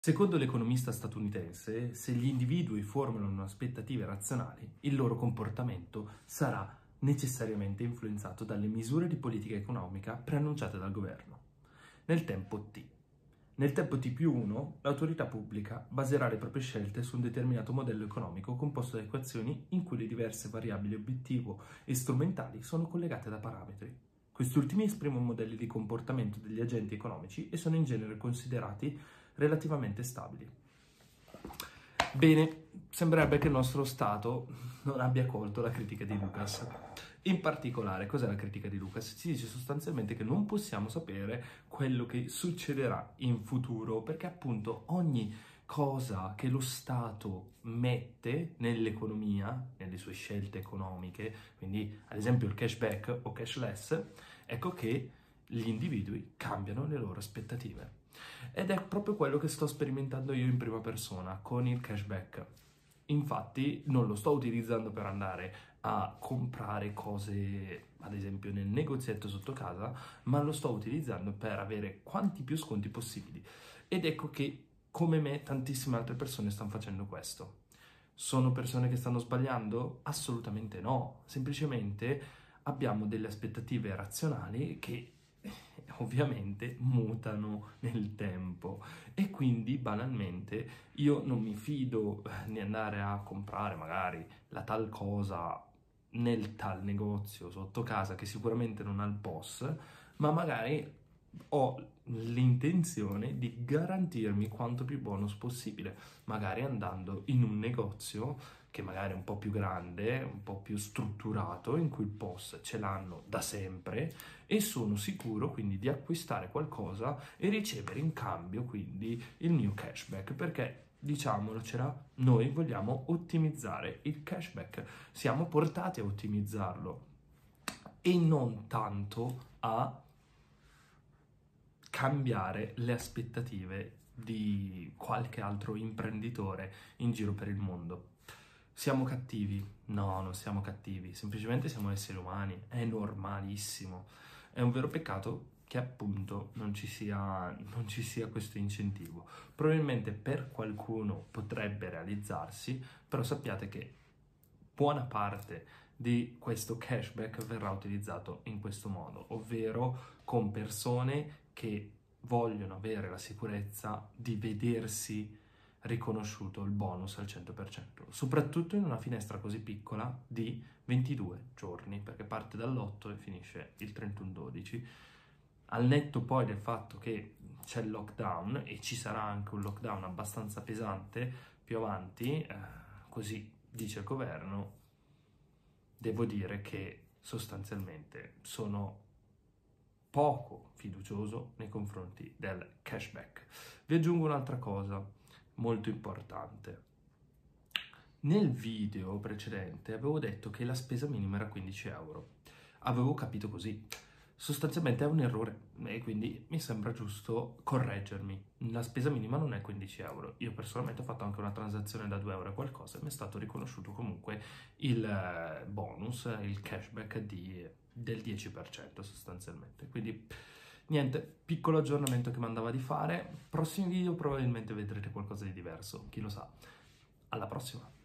Secondo l'economista statunitense, se gli individui formano aspettative razionali, il loro comportamento sarà necessariamente influenzato dalle misure di politica economica preannunciate dal governo. Nel tempo T. Nel tempo T+1, l'autorità pubblica baserà le proprie scelte su un determinato modello economico composto da equazioni in cui le diverse variabili obiettivo e strumentali sono collegate da parametri. Questi ultimi esprimono modelli di comportamento degli agenti economici e sono in genere considerati relativamente stabili. Bene, sembrerebbe che il nostro Stato non abbia colto la critica di Lucas. In particolare, cos'è la critica di Lucas? Si dice sostanzialmente che non possiamo sapere quello che succederà in futuro, perché appunto ogni cosa che lo Stato mette nell'economia, nelle sue scelte economiche, quindi ad esempio il cashback o cashless, ecco che gli individui cambiano le loro aspettative. Ed è proprio quello che sto sperimentando io in prima persona con il cashback. Infatti non lo sto utilizzando per andare a comprare cose, ad esempio nel negozietto sotto casa, ma lo sto utilizzando per avere quanti più sconti possibili. Ed ecco che, come me, tantissime altre persone stanno facendo questo. Sono persone che stanno sbagliando? Assolutamente no. Semplicemente abbiamo delle aspettative razionali che ovviamente mutano nel tempo e quindi banalmente io non mi fido di andare a comprare magari la tal cosa nel tal negozio sotto casa che sicuramente non ha il POS, ma magari ho l'intenzione di garantirmi quanto più bonus possibile, magari andando in un negozio che magari è un po' più grande, un po' più strutturato, in cui il POS ce l'hanno da sempre e sono sicuro quindi di acquistare qualcosa e ricevere in cambio quindi il mio cashback, perché diciamolocela, noi vogliamo ottimizzare il cashback, siamo portati a ottimizzarlo e non tanto a cambiare le aspettative di qualche altro imprenditore in giro per il mondo. Siamo cattivi? No, non siamo cattivi, semplicemente siamo esseri umani, è normalissimo. È un vero peccato che appunto non ci sia questo incentivo. Probabilmente per qualcuno potrebbe realizzarsi, però sappiate che buona parte di questo cashback verrà utilizzato in questo modo, ovvero con persone che vogliono avere la sicurezza di vedersi riconosciuto il bonus al 100%, soprattutto in una finestra così piccola di 22 giorni, perché parte dall'8 e finisce il 31/12, al netto poi del fatto che c'è il lockdown e ci sarà anche un lockdown abbastanza pesante più avanti, così dice il governo. Devo dire che sostanzialmente sono poco fiducioso nei confronti del cashback. Vi aggiungo un'altra cosa molto importante. Nel video precedente avevo detto che la spesa minima era 15 euro. Avevo capito così. Sostanzialmente è un errore e quindi mi sembra giusto correggermi. La spesa minima non è 15 euro. Io personalmente ho fatto anche una transazione da 2 euro e qualcosa e mi è stato riconosciuto comunque il bonus, il cashback del 10% sostanzialmente. Quindi niente, piccolo aggiornamento che mi andava di fare. Prossimi video probabilmente vedrete qualcosa di diverso, chi lo sa. Alla prossima!